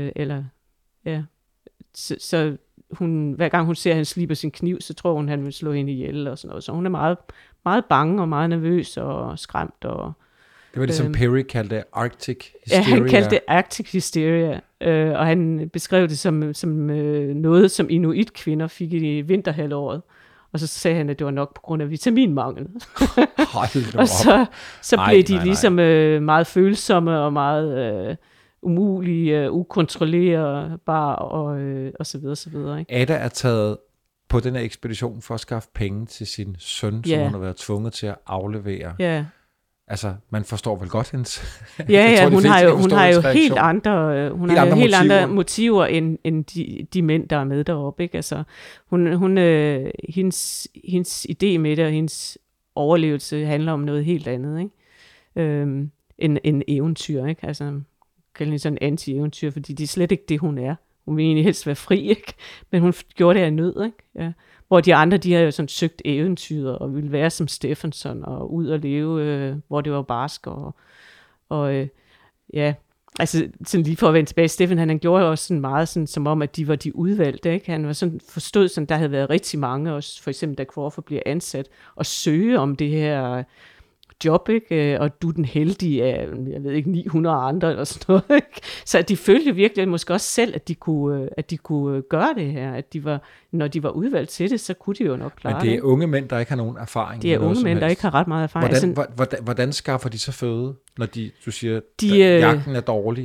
så hun, hver gang hun ser, at han sliber sin kniv, så tror hun, han vil slå hende ihjel og sådan noget. Så hun er meget, meget bange og meget nervøs og skræmt. Og, det var det, som Perry kaldte Arctic Hysteria. Ja, han kaldte det Arctic Hysteria, og han beskrev det som noget, som inuit-kvinder fik i vinterhalvåret. Og så sagde han, at det var nok på grund af vitaminmangel. Og så blev de ligesom meget følsomme og meget umulige, ukontrollerbare og så videre, så videre. Ikke? Ada er taget på den her ekspedition for at skaffe penge til sin søn, som hun har været tvunget til at aflevere. Ja. Altså, man forstår vel godt hendes... hun har jo helt andre motiver end de mænd, der er med deroppe. Ikke? Altså, hendes idé med det og hendes overlevelse handler om noget helt andet, ikke? End eventyr. Ikke? Altså, kalder hende sådan en anti-eventyr, fordi det er slet ikke det, hun er. Hun vil egentlig helst være fri, ikke? Men hun gjorde det af nød, ikke? Ja. Hvor de andre, de har jo sådan søgt eventyr og ville være som Stephenson og ud og leve, hvor det var barsk og altså sådan lige for at vende tilbage, Stephen, han gjorde også sådan meget sådan, som om, at de var de udvalgte, ikke? Han var sådan forstod sådan, der havde været rigtig mange, også for eksempel da Crawford bliver ansat, og søge om det her job, ikke? Og du den heldige af, jeg ved ikke, 900 andre eller sådan noget, ikke? Så de følte virkelig måske også selv, at de kunne gøre det her, at når de var udvalgt til det, så kunne de jo nok klare det. Men det er unge mænd, der ikke har nogen erfaring. Det er unge mænd, der ikke har ret meget erfaring. Hvordan skaffer de så føde, når du siger, jagten er dårlig?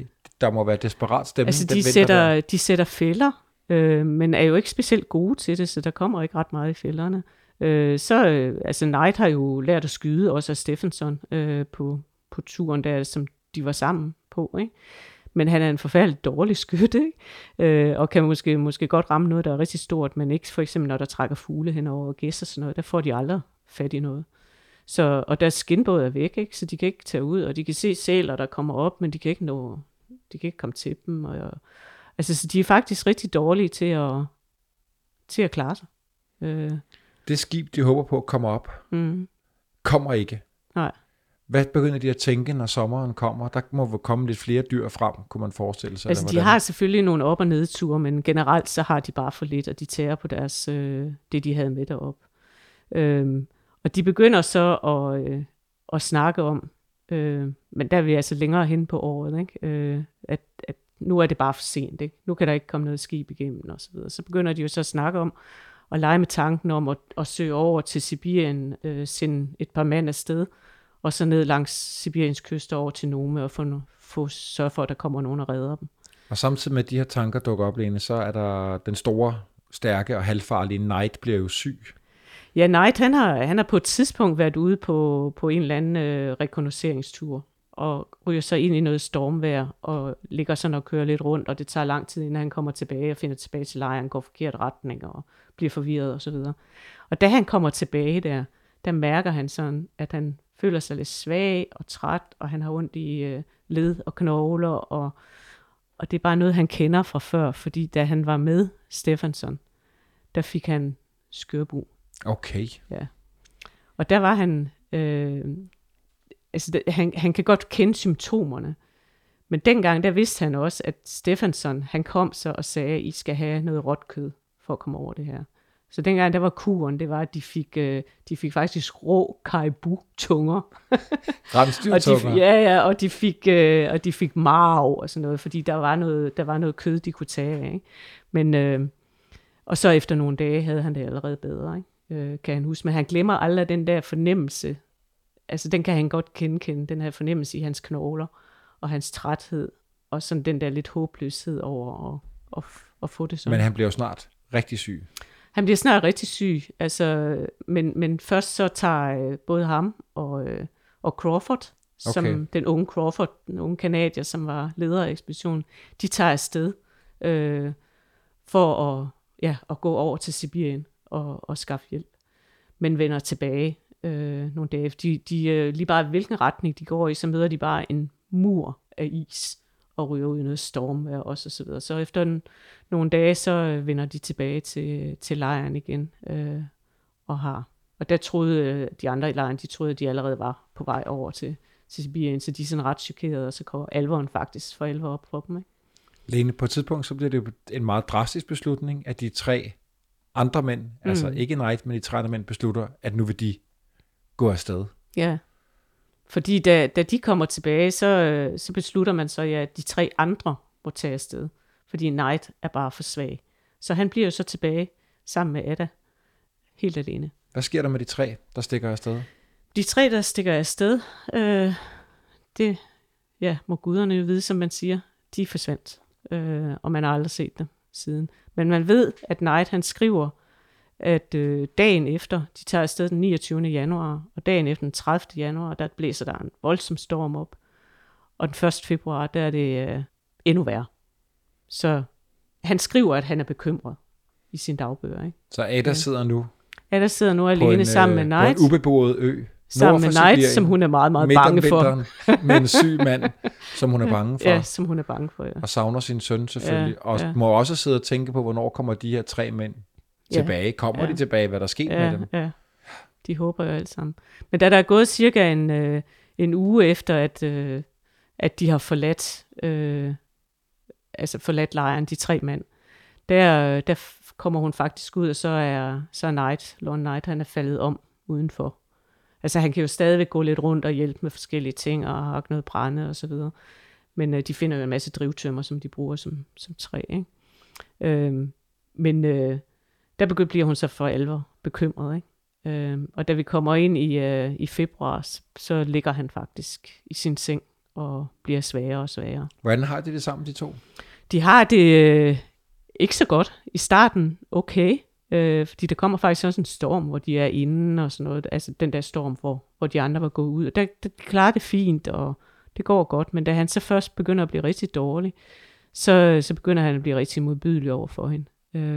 der må være desperat stemning. Altså, de sætter fælder, men er jo ikke specielt gode til det, så der kommer ikke ret meget i fælderne. Altså Knight har jo lært at skyde, også af Stephenson, på turen der, som de var sammen på, ikke? Men han er en forfærdelig dårlig skytte, ikke? Og kan måske godt ramme noget, der er rigtig stort, men ikke for eksempel, når der trækker fugle hen over gæs og sådan noget, der får de aldrig fat i noget. Og deres skinbåd er væk, ikke? Så de kan ikke tage ud, og de kan se sæler, der kommer op, men de kan ikke komme til dem. Altså, så de er faktisk rigtig dårlige til at klare sig. Det skib, de håber på, kommer op. Kommer ikke. Nej. Hvad begynder de at tænke, når sommeren kommer? Der må komme lidt flere dyr frem, kunne man forestille sig. Altså, de har selvfølgelig nogle op- og nedture, men generelt så har de bare for lidt, og de tærer på deres, det, de havde med derop. Og de begynder så at snakke om, men der er vi altså længere hen på året, ikke? At nu er det bare for sent, ikke? Nu kan der ikke komme noget skib igennem, og så videre. Så begynder de jo så at snakke om, og lege med tanken om at søge over til Sibirien, sende et par mand afsted, og så ned langs Sibiriens kyst over til Nome, og sørge for, at der kommer nogen og redder dem. Og samtidig med, at de her tanker dukker op, Lene, så er der den store, stærke og halvfarlige Knight bliver jo syg. Ja, Knight, han har på et tidspunkt været ude på en eller anden rekognosceringstur, og ryger så ind i noget stormvejr, og ligger sådan og kører lidt rundt, og det tager lang tid, inden han kommer tilbage og finder tilbage til lejren, går forkert retning og bliver forvirret og så videre. Og da han kommer tilbage der mærker han sådan, at han føler sig lidt svag og træt, og han har ondt i led og knogler, og det er bare noget, han kender fra før, fordi da han var med Stephenson, der fik han skørbu. Okay. Ja. Og der var han, han kan godt kende symptomerne, men dengang, der vidste han også, at Stephenson, han kom så og sagde, I skal have noget råt kød for at komme over det her. Så dengang, der var kuren, det var, at de fik faktisk rå karibu-tunger. Rensdyrtunger? Og de fik marv og sådan noget, fordi der var noget kød, de kunne tage af, ikke? Men, og så efter nogle dage havde han det allerede bedre, ikke? Kan han huske. Men han glemmer aldrig den der fornemmelse, altså den kan han godt kende, den her fornemmelse i hans knogler, og hans træthed, og sådan den der lidt håbløshed over at få det sådan. Men han bliver jo snart rigtig syg. Han bliver snart rigtig syg, altså, men først så tager både ham og Crawford, som den unge Crawford, den unge kanadier, som var leder af ekspeditionen, de tager afsted for at gå over til Sibirien og skaffe hjælp, men vender tilbage nogle dage. De lige bare hvilken retning de går i, så møder de bare en mur af is og ryger ud i noget stormvejr også, og så videre. Så efter nogle dage, så vender de tilbage til lejren igen, og der troede de andre i lejren, de troede, at de allerede var på vej over til Sibirien, så de er sådan ret chokerede, og så går alvoren faktisk for alvor op for dem, ikke? Lene, på et tidspunkt, så bliver det jo en meget drastisk beslutning, at de 3 andre mænd, altså ikke Knight, men de 3 andre mænd beslutter, at nu vil de gå afsted. Ja. Fordi da de kommer tilbage, så beslutter man så, at de 3 andre må tage afsted. Fordi Knight er bare for svag. Så han bliver jo så tilbage sammen med Ada. Helt alene. Hvad sker der med de 3, der stikker afsted? De 3, der stikker afsted, det må guderne jo vide, som man siger. De forsvandt. Og man har aldrig set dem siden. Men man ved, at Knight, han skriver, at dagen efter, de tager afsted den 29. januar, og dagen efter den 30. januar, der blæser der en voldsom storm op, og den 1. februar, der er det endnu værre. Så han skriver, at han er bekymret i sine dagbøger, ikke? Så Ada sidder nu alene sammen med Knight. På en ubeboet ø. Sammen med Knight, som hun er meget, meget bange for. Med en syg mand, som hun er bange for. Ja, som hun er bange for, ja. Og savner sin søn selvfølgelig. Og må også sidde og tænke på, hvornår kommer de her 3 mænd tilbage. Kommer de tilbage? Hvad der sker med dem? Ja, de håber jo alt sammen. Men da der er gået cirka en uge efter, at de har forladt lejren, de 3 mænd, der kommer hun faktisk ud, og så er Lorne Knight, han er faldet om udenfor. Altså han kan jo stadigvæk gå lidt rundt og hjælpe med forskellige ting, og hakke noget brænde og så videre. Men de finder jo en masse drivtømmer, som de bruger som træ, ikke? Men der bliver hun så for alvor bekymret, ikke? Og da vi kommer ind i februar, så ligger han faktisk i sin seng og bliver sværere og sværere. Hvordan har de det sammen, de to? De har det ikke så godt. I starten okay, fordi der kommer faktisk også en storm, hvor de er inde og sådan noget. Altså den der storm, hvor de andre var gået ud. Og der klarer det fint, og det går godt. Men da han så først begynder at blive rigtig dårlig, så begynder han at blive rigtig modbydelig over for hende.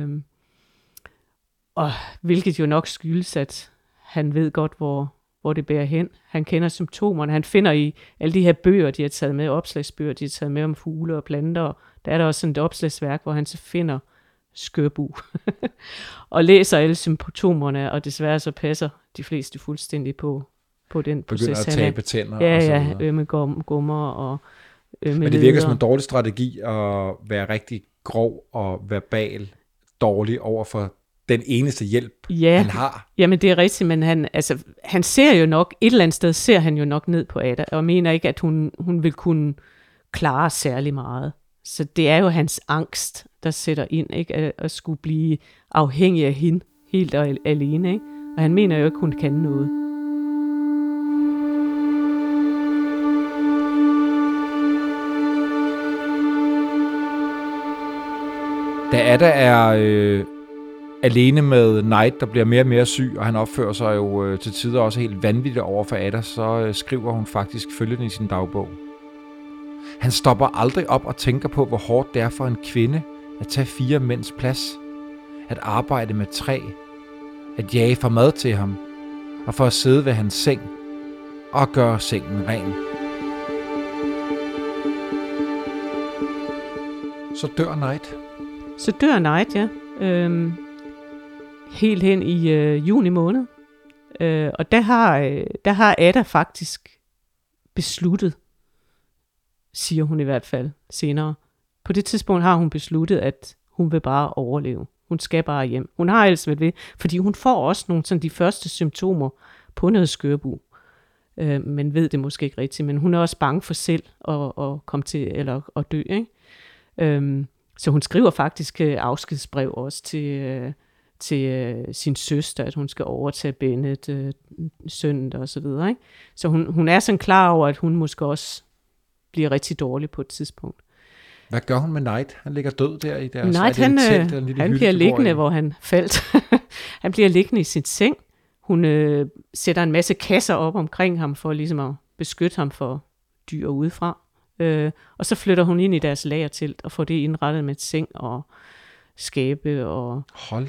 Og hvilket jo nok skyldes, at han ved godt, hvor det bærer hen. Han kender symptomerne. Han finder i alle de her bøger, de har taget med, opslagsbøger, de har taget med om fugle og planter. Der er der også sådan et opslagsværk, hvor han så finder skørbu og læser alle symptomerne, og desværre så passer de fleste fuldstændig på den proces. Begynder at tabe tænder. Ja, ømme gummer og ømme Men det virker som en dårlig strategi at være rigtig grov og verbal dårlig over for den eneste hjælp, han har. Jamen det er rigtigt, men han ser jo nok, et eller andet sted ser han jo nok ned på Ada, og mener ikke, at hun vil kunne klare særlig meget. Så det er jo hans angst, der sætter ind, ikke? At skulle blive afhængig af hende, helt og alene. Ikke? Og han mener jo ikke, hun kan noget. Da Ada er alene med Knight, der bliver mere og mere syg, og han opfører sig jo til tider også helt vanvittigt over for Ada, så skriver hun faktisk følgende i sin dagbog. Han stopper aldrig op og tænker på, hvor hårdt det er for en kvinde at tage 4 mænds plads, at arbejde med træ, at jage for mad til ham, og for at sidde ved hans seng og gøre sengen ren. Så dør Knight. Så dør Knight, ja. Helt hen i juni måned. Og der har Ada faktisk besluttet, siger hun i hvert fald senere. På det tidspunkt har hun besluttet, at hun vil bare overleve. Hun skal bare hjem. Hun har ellers været ved, fordi hun får også nogle sådan de første symptomer på noget skørbu. Men ved det måske ikke rigtigt, men hun er også bange for selv at komme til, eller at dø, ikke? Så hun skriver faktisk afskedsbrev også til sin søster, at hun skal overtage Bennett, sønnen og så videre, ikke? Så hun er sådan klar over, at hun måske også bliver rigtig dårlig på et tidspunkt. Hvad gør hun med Knight? Han ligger død der i deres Knight, han bliver liggende, hvor han faldt. Han bliver liggende i sin seng. Hun sætter en masse kasser op omkring ham, for ligesom at beskytte ham for dyr udefra. Og så flytter hun ind i deres lagertelt, og får det indrettet med et seng og skabe, og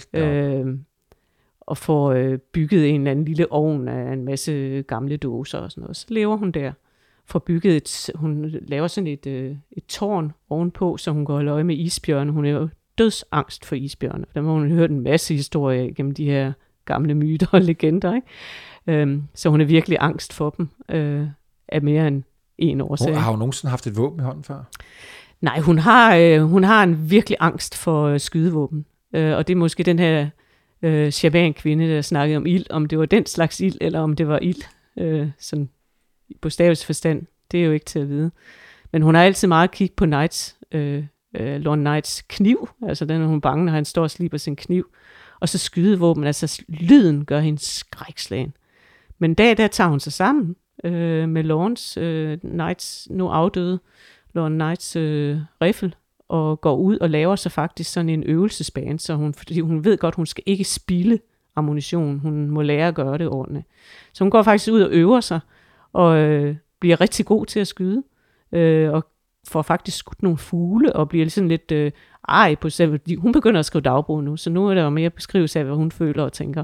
og får bygget en eller anden lille ovn af en masse gamle dåser og sådan noget. Så lever hun der. Får bygget hun laver sådan et tårn ovenpå, så hun går holde øje med isbjørne. Hun er jo dødsangst for isbjørne. Der har hun hørt en masse historier gennem de her gamle myter og legender, ikke? Så hun er virkelig angst for dem af mere end en årsag. Har hun nogensinde haft et våben i hånden før? Nej, hun har en virkelig angst for skydevåben. Og det er måske den her shaman-kvinde, der snakkede om ild, om det var den slags ild, eller om det var ild, sådan på stavets forstand. Det er jo ikke til at vide. Men hun har altid meget kig på Lorne Knights kniv. Altså den er hun bange, når han står og sliber sin kniv. Og så skydevåben, altså lyden gør hende skrækslagen. Men der tager hun sig sammen med Lorne Knights, nu afdøde Lorne Knights riffel, og går ud og laver sig faktisk sådan en øvelsesbane, fordi hun ved godt, hun skal ikke spilde ammunition. Hun må lære at gøre det ordentligt. Så hun går faktisk ud og øver sig, og bliver rigtig god til at skyde, og får faktisk skudt nogle fugle, og bliver sådan lidt på sig. Hun begynder at skrive dagbog nu, så nu er der jo mere beskrivelse af, hvad hun føler og tænker.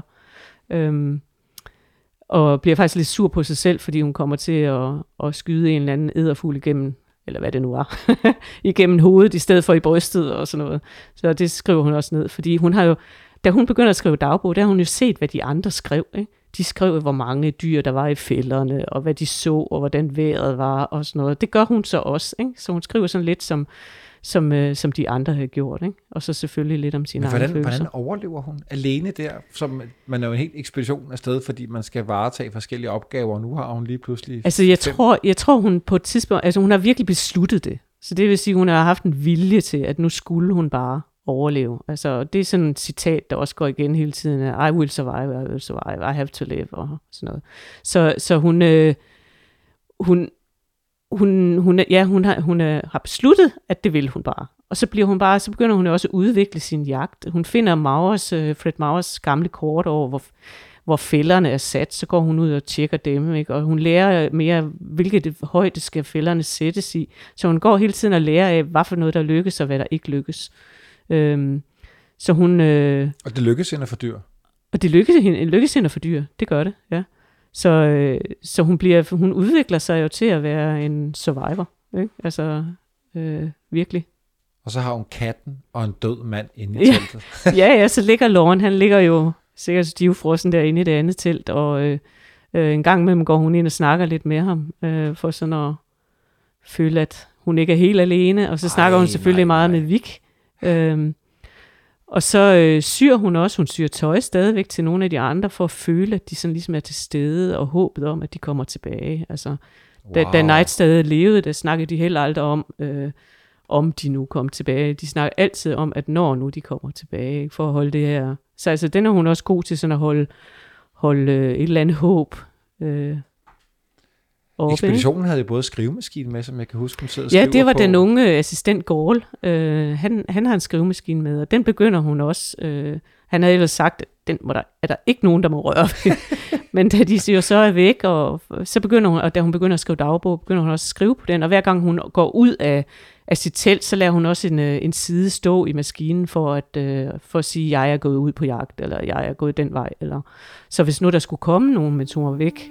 Og bliver faktisk lidt sur på sig selv, fordi hun kommer til at skyde en eller anden edderfugl igennem, eller hvad det nu var, igennem hovedet, i stedet for i brystet og sådan noget. Så det skriver hun også ned, fordi hun har jo, da hun begynder at skrive dagbog, der har hun jo set, hvad de andre skrev, ikke? De skrev, hvor mange dyr der var i fælderne, og hvad de så, og hvordan vejret var, og sådan noget. Det gør hun så også, ikke? Så hun skriver sådan lidt, som de andre havde gjort, ikke? Og så selvfølgelig lidt om sine egne følelser. Hvordan overlever hun alene der? Som, man er jo en helt ekspedition afsted, fordi man skal varetage forskellige opgaver, og nu har hun lige pludselig... Altså jeg tror hun på et tidspunkt, altså hun har virkelig besluttet det. Så det vil sige, hun har haft en vilje til, at nu skulle hun bare overleve. Altså det er sådan et citat, der også går igen hele tiden. I will survive, I will survive, I have to live, og sådan noget. Så hun hun har besluttet, at det vil hun bare. Og så begynder hun også at udvikle sin jagt. Hun finder Fred Mauers gamle kort over, hvor fælderne er sat, så går hun ud og tjekker dem, ikke? Og hun lærer mere, hvilket højde skal fælderne sættes i. Så hun går hele tiden og lærer af, hvad for noget, der lykkes, og hvad der ikke lykkes. Så hun... og det lykkes hende for dyr? Og det lykkes hende for dyr, det gør det, ja. Så hun udvikler sig jo til at være en survivor, ikke? Altså, virkelig. Og så har hun katten og en død mand inde i teltet. Ja, så ligger Lauren, han ligger jo sikkert stivfrossen derinde i det andet telt, og en gang imellem går hun ind og snakker lidt med ham, for sådan at føle, at hun ikke er helt alene, og så snakker hun selvfølgelig meget med Vic. Og så syr hun syr tøj stadigvæk til nogle af de andre, for at føle, at de sådan ligesom er til stede, og håbet om, at de kommer tilbage. Altså, da Night stadig levede, der snakkede de heller aldrig om de nu kom tilbage. De snakker altid om, at når nu de kommer tilbage, for at holde det her. Så altså, den er hun også god til sådan at holde et eller andet håb oppe. Ekspeditionen havde jo både skrivemaskine med, som jeg kan huske, hun sidder og skriver på. Ja, det var den unge assistent Gaul. Han har en skrivemaskine med, og den begynder hun også. Han havde ellers sagt, at den er der ikke nogen, der må røre ved. Men da de jo så er væk, og så begynder hun, og da hun begynder at skrive dagbog, begynder hun også at skrive på den, og hver gang hun går ud af sit telt, så lader hun også en side stå i maskinen for at sige, jeg er gået ud på jagt, eller jeg er gået den vej. Eller. Så hvis nu der skulle komme nogen, mens hun var væk.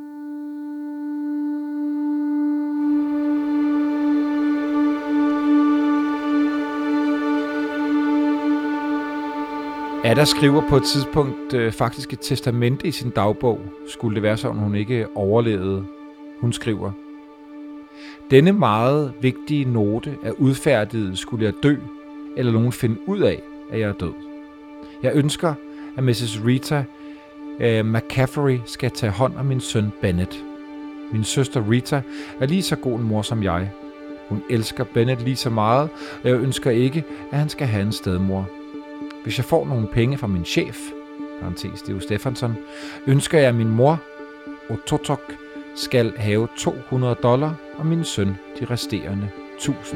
Ada skriver på et tidspunkt faktisk et testamente i sin dagbog, skulle det være sådan, hun ikke overlevede. Hun skriver: denne meget vigtige note er udfærdiget, skulle jeg dø, eller nogen finde ud af, at jeg er død. Jeg ønsker, at Mrs. Rita McCaffrey skal tage hånd om min søn Bennett. Min søster Rita er lige så god en mor som jeg. Hun elsker Bennett lige så meget, og jeg ønsker ikke, at han skal have en stedmor. Hvis jeg får nogle penge fra min chef, parentes, det er jo Stephenson, ønsker jeg, at min mor, Ototok, skal have $200, og min søn de resterende $1,000.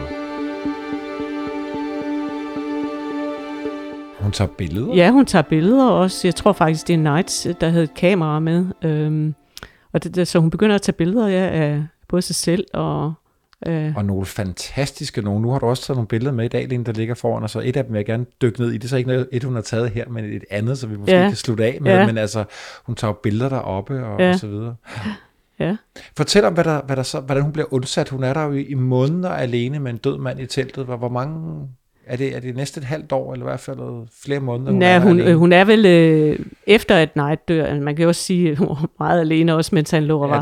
Hun tager billeder? Ja, hun tager billeder også. Jeg tror faktisk, det er Nights, der havde et kamera med. Så hun begynder at tage billeder af både sig selv og nogle fantastiske nogle. Nu har du også taget nogle billeder med i dag, Lene, der ligger foran, og så et af dem vil jeg gerne dykke ned i. Det er så ikke noget, hun har taget her, men et andet, så vi måske kan slutte af med. Men altså, hun tager billeder deroppe og så videre. Ja. Fortæl om, hvordan hun bliver undsat. Hun er der jo i måneder alene med en død mand i teltet. Hvor mange... Er det næsten et halvt år, eller i hvert fald flere måneder? Hun er vel efter at Night dør. Man kan jo også sige, at hun var meget alene også, mens han lå og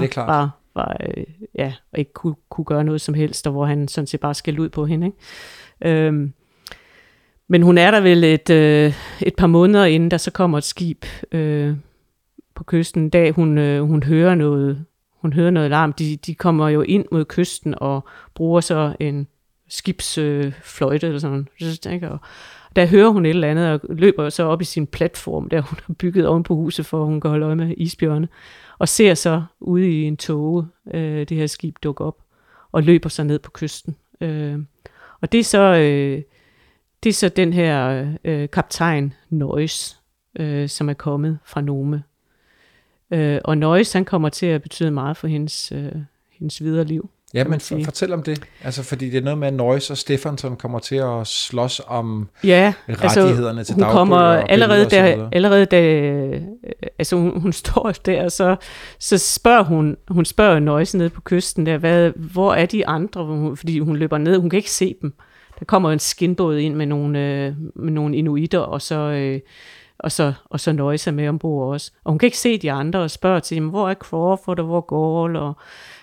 og ikke kunne gøre noget som helst, og hvor han sådan set bare skældte ud på hende. Ikke? Men hun er der vel et par måneder inden, der så kommer et skib på kysten, da hun hører noget. Hun hører noget larm. De kommer jo ind mod kysten og bruger så en skibsfløjte eller sådan noget. Og der hører hun et eller andet og løber så op i sin platform, der hun har bygget oven på huset, for at hun kan holde øje med isbjørne. Og ser så ude i en tåge det her skib dukke op og løber så ned på kysten. Og det er så den her kaptajn Noyes, som er kommet fra Nome. Og Noyes, han kommer til at betyde meget for hendes videre liv. Ja, men fortæl om det. Altså, fordi det er noget med, at Noyes og Stephenson kommer til at slås om rettighederne til dagbøger kommer og allerede da hun står der, så spørger Noyes nede på kysten der, hvor er de andre? Fordi hun løber ned, hun kan ikke se dem. Der kommer en skinbåd ind med nogle inuitter, og så Noyes er med ombord også. Og hun kan ikke se de andre og spørger til dem, hvor er Crawford og hvor er Gaul? Og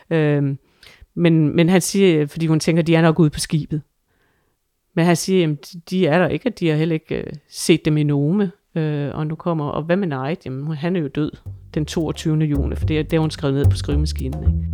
men han siger, fordi hun tænker, de er nok ude på skibet. Men han siger, at de er der ikke, at de har heller ikke set dem i Nome. Og nu kommer, og hvad med Night? Jamen, han er jo død den 22. juni, for det er hun skrevet ned på skrivemaskinen. Ikke?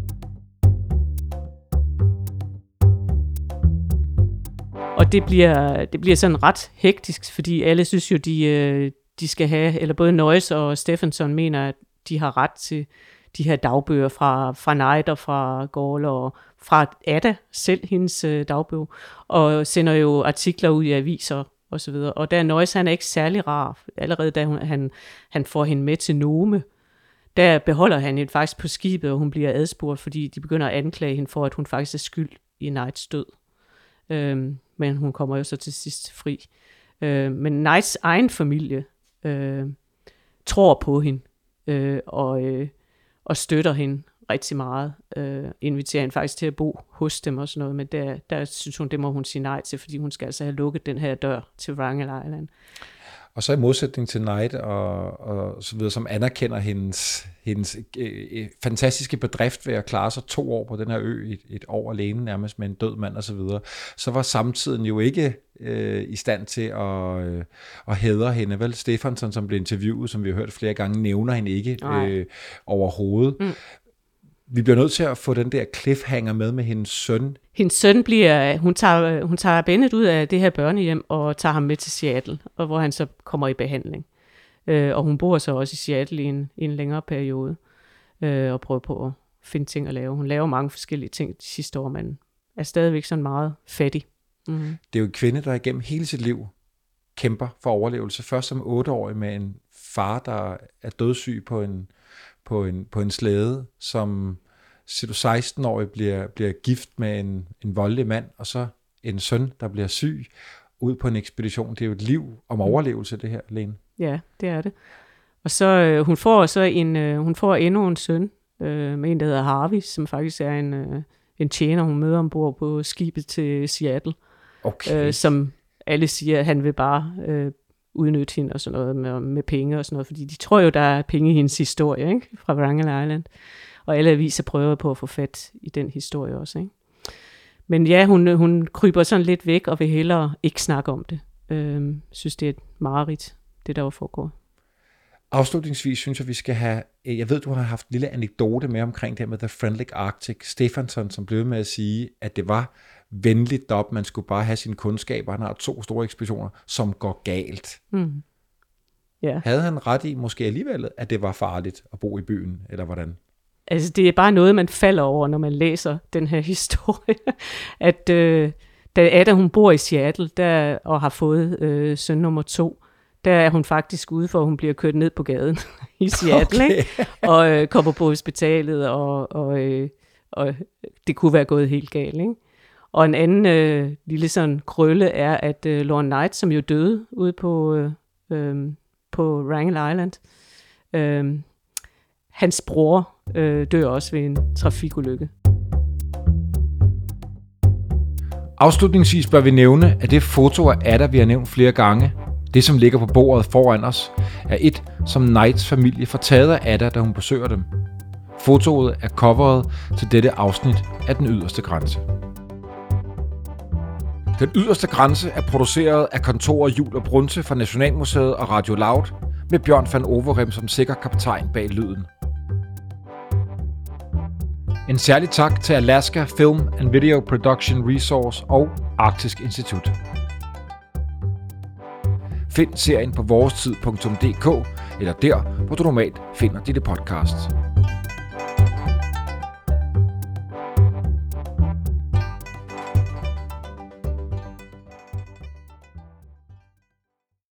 Og det bliver sådan ret hektisk, fordi alle synes jo, de skal have, eller både Noyes og Stephenson mener, at de har ret de her dagbøger fra Knight og fra Gall og fra Ada selv, hendes dagbog, og sender jo artikler ud i aviser og så videre. Og der Noyes, han er ikke særlig rar. Allerede da han får hende med til Nome, der beholder han hende faktisk på skibet, og hun bliver adspurgt, fordi de begynder at anklage hende for, at hun faktisk er skyld i Knights død. Men hun kommer jo så til sidst fri. Men Knights egen familie tror på hende og støtter hende rigtig meget. Inviterer hende faktisk til at bo hos dem og sådan noget, men der synes hun, det må hun sige nej til, fordi hun skal altså have lukket den her dør til Wrangel Island. Og så i modsætning til Knight og så videre, som anerkender hendes fantastiske bedrift ved at klare sig 2 år på den her ø, et år alene nærmest med en død mand og så videre, så var samtiden jo ikke i stand til at hædre hende. Vel, Stefansson, som blev interviewet, som vi har hørt flere gange, nævner hende ikke overhovedet. Mm. Vi bliver nødt til at få den der cliffhanger med hendes søn. Hendes søn hun tager Bennett ud af det her børnehjem og tager ham med til Seattle, og hvor han så kommer i behandling. Og hun bor så også i Seattle i en længere periode, og prøver på at finde ting at lave. Hun laver mange forskellige ting de sidste år, men er stadigvæk sådan meget fattig. Mm-hmm. Det er jo en kvinde, der igennem hele sit liv kæmper for overlevelse. Først som 8-årig med en far, der er dødssyg på en slæde, som 16-årig bliver gift med en voldelig mand, og så en søn, der bliver syg, ud på en ekspedition. Det er jo et liv om overlevelse, det her, Lene. Ja, det er det. Og så hun får endnu en søn med en, der hedder Harvey, som faktisk er en tjener, hun møder ombord på skibet til Seattle. Okay. Som alle siger, at han vil bare udnytte hende og sådan noget med penge og sådan noget, fordi de tror jo, der er penge i hendes historie, ikke? Fra Wrangel Island. Og alle aviser prøver på at få fat i den historie også, ikke? Men ja, hun kryber sådan lidt væk og vil hellere ikke snakke om det. Synes, det er et mareridt, det der var foregået. Afslutningsvis synes jeg, vi skal have, jeg ved, du har haft en lille anekdote med omkring det med The Friendly Arctic. Stefansson, som blev med at sige, at det var venligt deroppe, man skulle bare have sine kundskaber. Han har 2 store ekspeditioner, som går galt. Mm. Yeah. Havde han ret i måske alligevel, at det var farligt at bo i byen, eller hvordan? Altså, det er bare noget, man falder over, når man læser den her historie. At da Ada, hun bor i Seattle og har fået søn nummer 2, der er hun faktisk ude for, at hun bliver kørt ned på gaden i Seattle, okay. Ikke? Og kommer på hospitalet, og det kunne være gået helt galt, ikke? Og en anden lille sådan krølle er, at Lorne Knight, som jo døde ude på Wrangel Island, hans bror dør også ved en trafikulykke. Afslutningsvis bør vi nævne, at det foto af Ada, vi har nævnt flere gange, det som ligger på bordet foran os, er et, som Knights familie får taget af Ada, da hun besøger dem. Fotoet er coveret til dette afsnit af Den Yderste Grænse. Den Yderste Grænse er produceret af kontoret Juhl og Brunse fra Nationalmuseet og Radio Loud, med Bjørn van Overem som sikker kaptajn bag lyden. En særlig tak til Alaska Film and Video Production Resource og Arktisk Institut. Find serien på vorestid.dk eller der, hvor du normalt finder dine podcasts.